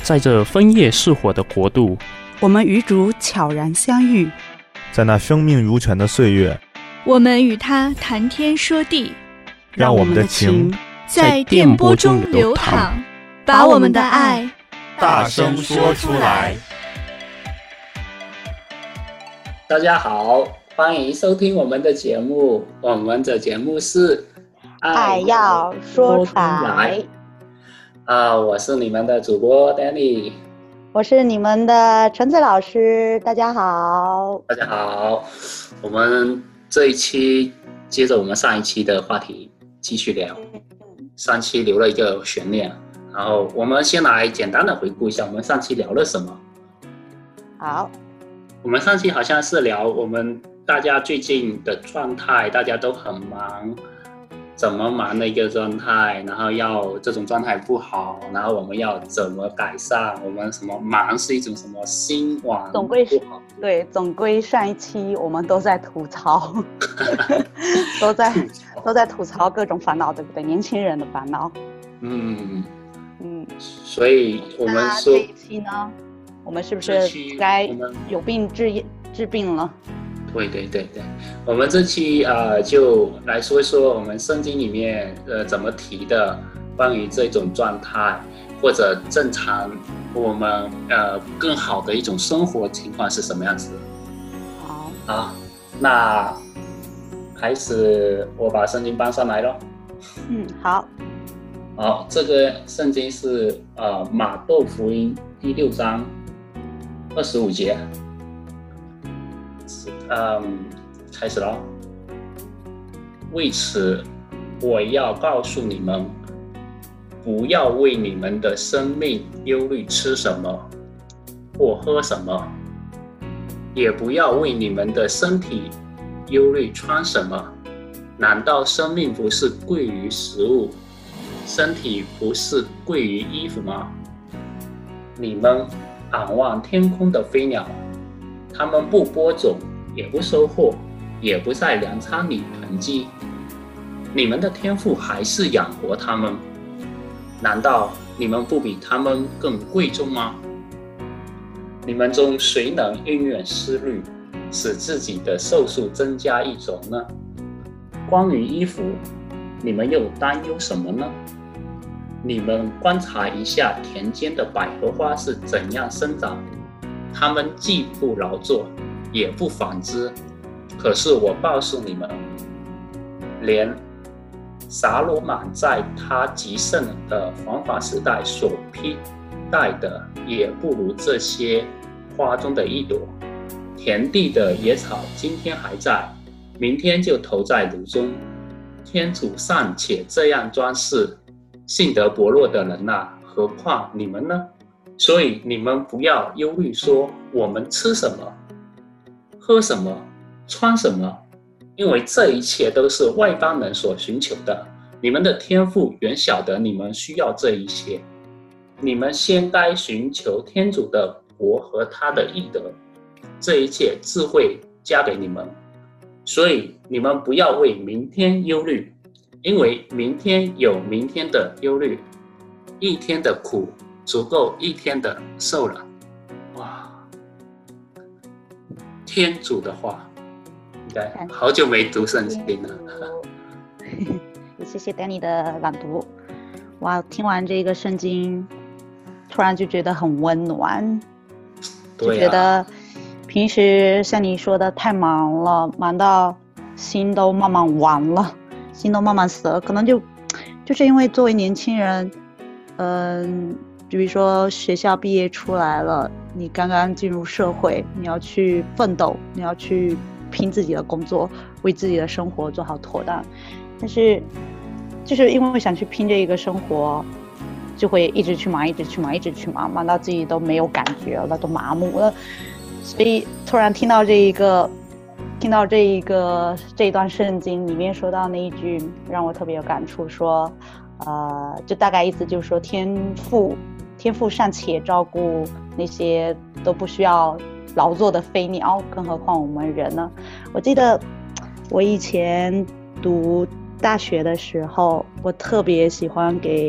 在这枫叶似火的国度， 我们与主悄然相遇， 在那生命如泉的岁月， 我们与他谈天说地， 让我们的情在电波中流淌，把我们的爱大声说出来。 大家好，欢迎收听我们的节目，我们的节目是爱要说出来。 我是你们的主播 Danny， 我是你们的橙子老师，大家好。 大家好，我们这一期接着我们上一期的话题继续聊，上期留了一个悬念，然后我们先来简单的回顾一下我们上期聊了什么。 好， 我们上期好像是聊我们大家最近的状态，大家都很忙，怎么忙的一个状态，然后要这种状态不好，然后我们要怎么改善，我们什么忙是一种什么心网不好。 对，总归上一期我们都在吐槽都在吐槽各种烦恼，对不对？年轻人的烦恼。 所以我们说这一期呢，我们是不是该有病治病了？ 对，我们这期就来说一说我们圣经里面怎么提的关于这种状态，或者正常我们更好的一种生活情况是什么样子。好，那开始我把圣经搬上来咯。好，这个圣经是马窦福音第6章25节。开始了。为此，我要告诉你们，不要为你们的生命忧虑吃什么或喝什么，也不要为你们的身体忧虑穿什么。难道生命不是贵于食物，身体不是贵于衣服吗？你们仰望天空的飞鸟，它们不播种，也不收获，也不在粮仓里囤积，你们的天父还是养活他们，难道你们不比他们更贵重吗？你们中谁能因怨思虑，使自己的寿数增加1周呢？关于衣服，你们又担忧什么呢？你们观察一下田间的百合花是怎样生长，它们既不劳作，也不纺织。可是我告诉你们，连撒罗满在他极盛的黄法时代所披戴的，也不如这些花中的一朵。田地的野草今天还在，明天就投在炉中。天主尚且这样装饰信德薄弱的人啊，何况你们呢？所以你们不要忧虑说我们吃什么喝什么穿什么，因为这一切都是外邦人所寻求的，你们的天父原晓得你们需要这一切。你们先该寻求天主的国和他的义德，这一切智慧加给你们。所以你们不要为明天忧虑，因为明天有明天的忧虑，一天的苦足够一天的受了。哇，天主的话，应该好久没读圣经了。 也谢谢 Danny 的朗读。哇，听完这个圣经，突然就觉得很温暖，就觉得平时像你说的太忙了，忙到心都慢慢完了，心都慢慢死了。可能就是因为作为年轻人，比如说学校毕业出来了，你刚刚进入社会，你要去奋斗，你要去拼自己的工作，为自己的生活做好妥当。但是就是因为想去拼这一个生活，就会一直去忙，忙到自己都没有感觉了，都麻木了。所以突然听到这一段圣经里面说到那一句，让我特别有感触，说就大概意思就是说天父尚且照顾那些都不需要劳作的飞鸟，更何况我们人呢？我记得我以前读大学的时候，我特别喜欢给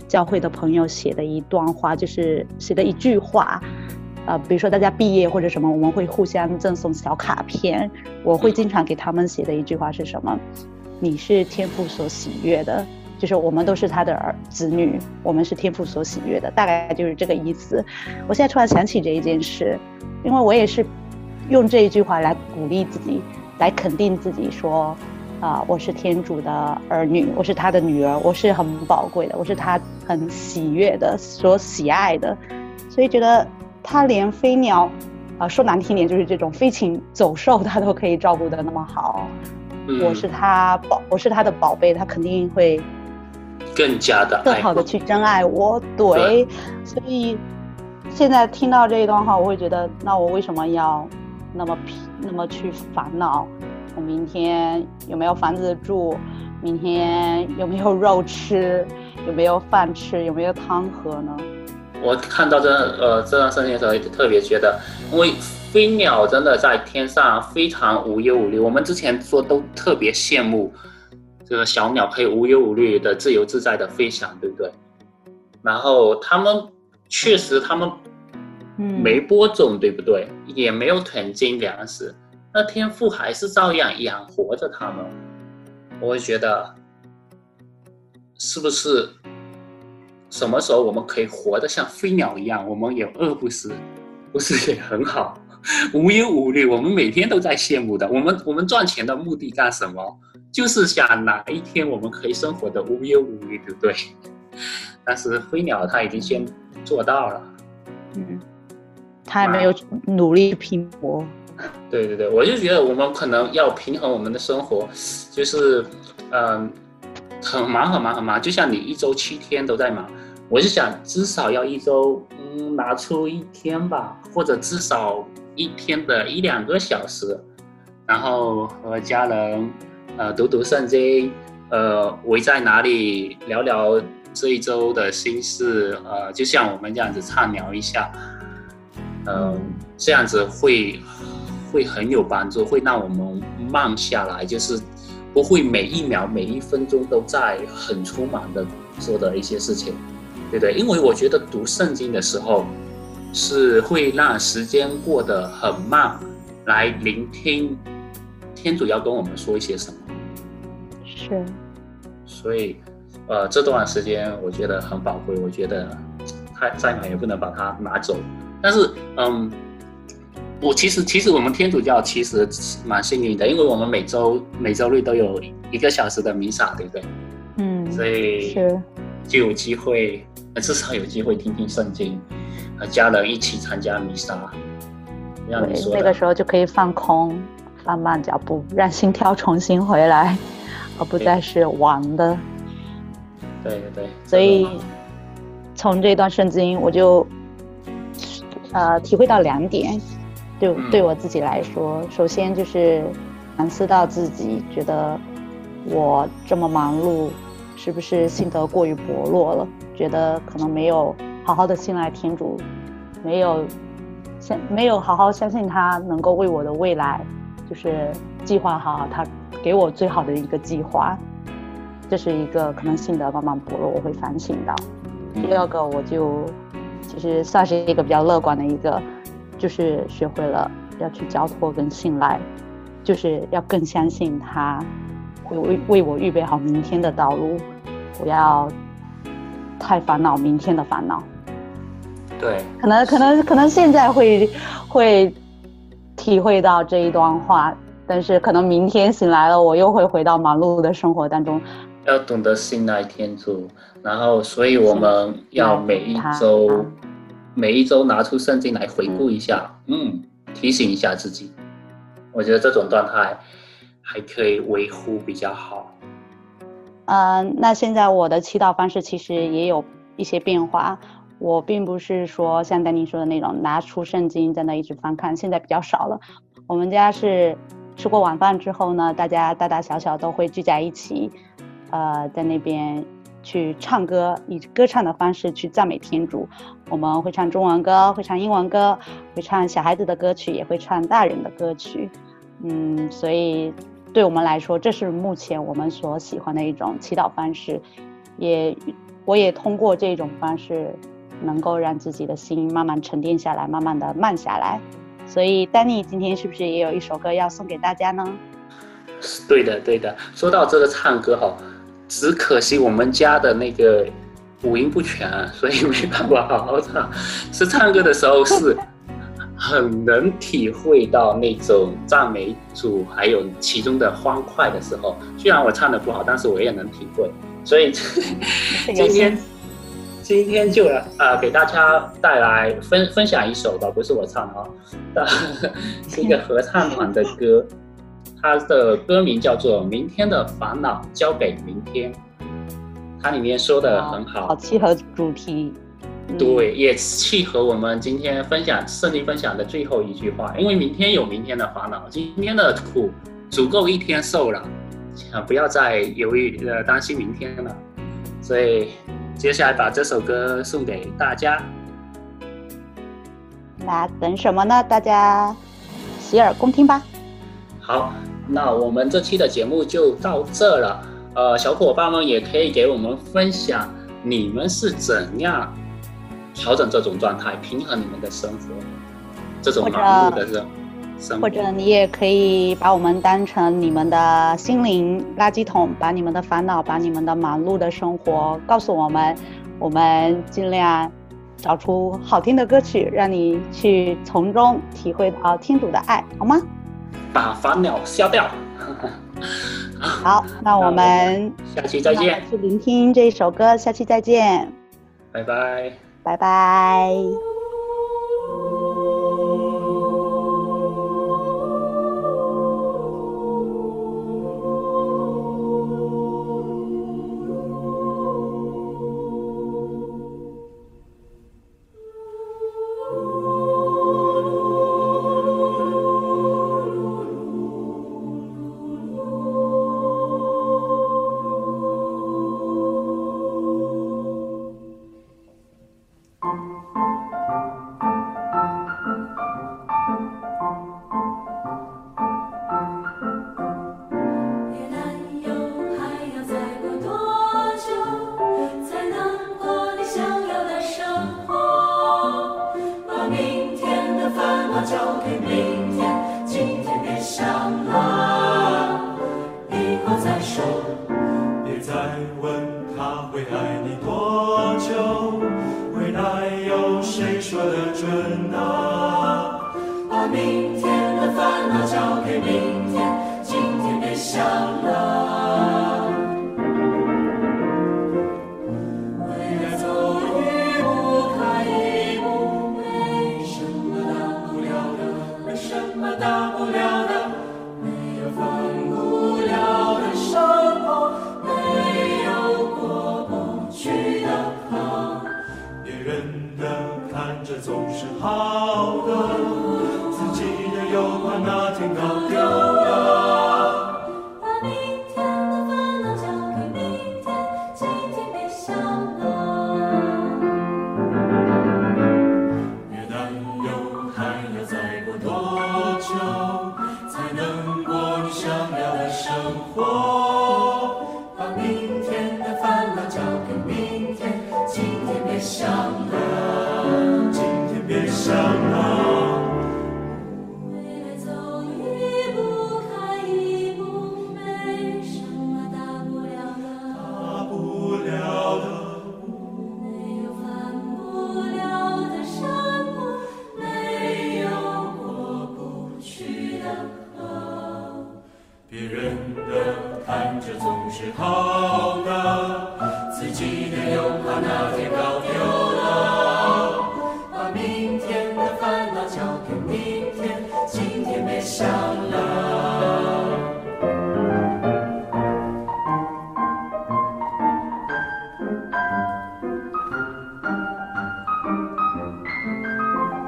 教会的朋友写的一段话，就是写的一句话。比如说大家毕业或者什么，我们会互相赠送小卡片。我会经常给他们写的一句话是什么？你是天父所喜悦的，就是我们都是他的子女，我们是天父所喜悦的，大概就是这个意思。我现在突然想起这一件事，因为我也是用这一句话来鼓励自己，来肯定自己说，我是天主的儿女，我是他的女儿，我是很宝贵的，我是他很喜悦的，所喜爱的。所以觉得他连飞鸟，说难听点就是这种飞禽走兽，他都可以照顾得那么好。我是他的宝贝，他肯定会更加的更好的去珍爱我。对，所以现在听到这一段话，我会觉得，那我为什么要那么去烦恼？我明天有没有房子住？明天有没有肉吃？有没有饭吃？有没有汤喝呢？ 我看到这段圣经的时候，也特别觉得，因为飞鸟真的在天上非常无忧无虑。我们之前说都特别羡慕这个小鸟可以无忧无虑的自由自在的飞翔，对不对？然后他们确实没播种，对不对？也没有囤积粮食，那天父还是照样养活着他们。我会觉得，是不是什么时候我们可以活得像飞鸟一样，我们也饿不死，不是也很好？无忧无虑，我们每天都在羡慕的。我们赚钱的目的干什么？就是想哪一天我们可以生活的无忧无虑，对不对？但是飞鸟它已经先做到了， 他还没有努力拼搏。 对，我就觉得我们可能要平衡我们的生活，就是很忙，就像你一周7天都在忙，我就想至少要一周拿出1天吧，或者至少1天的1-2个小时，然后和家人读圣经，围在哪里聊聊这一周的心事，就像我们这样子畅聊一下，这样子会很有帮助，会让我们慢下来，就是不会每一秒每一分钟都在很匆忙的做的一些事情，对不对？因为我觉得读圣经的时候是会让时间过得很慢，来聆听天主要跟我们说一些什么。 是，所以这段时间我觉得很宝贵，我觉得他再忙也不能把它拿走。但是其实我们天主教其实蛮幸运的，因为我们每周日都有1个小时的弥撒，对不对？所以就有机会，至少有机会听听圣经，和家人一起参加弥撒。让你说那个时候就可以放空，放慢脚步，让心跳重新回来，而不再是玩的。 对， 所以从这段圣经我就体会到2点。对我自己来说，首先就是反思到自己，觉得我这么忙碌，是不是信德过于薄弱了？觉得可能没有好好的信赖天主，没有好好相信他能够为我的未来，就是计划好他给我最好的一个计划。这是一个可能信德慢慢薄弱，我会反省到。第二个，我就其实算是一个比较乐观的一个。就是学会了要去交托跟信赖，就是要更相信他会为我预备好明天的道路，不要太烦恼明天的烦恼。 对， 可能现在会体会到这一段话，但是可能明天醒来了，我又会回到忙碌的生活当中。 要懂得信赖天主，然后所以我们要每一周拿出圣经来回顾一下，提醒一下自己。我觉得这种状态还可以维护比较好。 那现在我的祈祷方式其实也有一些变化。我并不是说像丹妮说的那种拿出圣经在那一直翻看，现在比较少了。我们家是吃过晚饭之后呢，大家大大小小都会聚在一起，在那边去唱歌，以歌唱的方式去赞美天主。我们会唱中文歌，会唱英文歌，会唱小孩子的歌曲，也会唱大人的歌曲。所以对我们来说，这是目前我们所喜欢的一种祈祷方式，也我也通过这种方式能够让自己的心慢慢沉淀下来，慢慢的慢下来。所以丹尼今天是不是也有一首歌要送给大家呢？ 对的对的，说到这个唱歌只可惜我们家的那个五音不全，所以没办法好好唱。是唱歌的时候是很能体会到那种赞美主还有其中的欢快的时候，虽然我唱得不好，但是我也能体会。所以今天就给大家带来分享一首吧，不是我唱的是一个合唱团的歌，它的歌名叫做《明天的烦恼交给明天》，它里面说的很好， 好契合主题。 对，也契合我们今天圣经分享的最后一句话，因为明天有明天的烦恼，今天的苦足够一天受了，不要再犹豫担心明天了。所以接下来把这首歌送给大家。 那等什么呢？大家洗耳恭听吧。 好，那我们这期的节目就到这了。小伙伴们也可以给我们分享你们是怎样调整这种状态，平衡你们的生活，这种忙碌的生活。 或者你也可以把我们当成你们的心灵垃圾桶，把你们的烦恼，把你们的忙碌的生活告诉我们，我们尽量找出好听的歌曲，让你去从中体会到天主的爱，好吗？ 把烦恼消掉。 好，那我们下期再见。 去聆听这首歌，下期再见。 拜拜。 拜拜。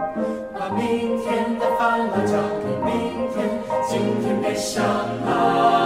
明天的烦恼交给明天，今天别想了。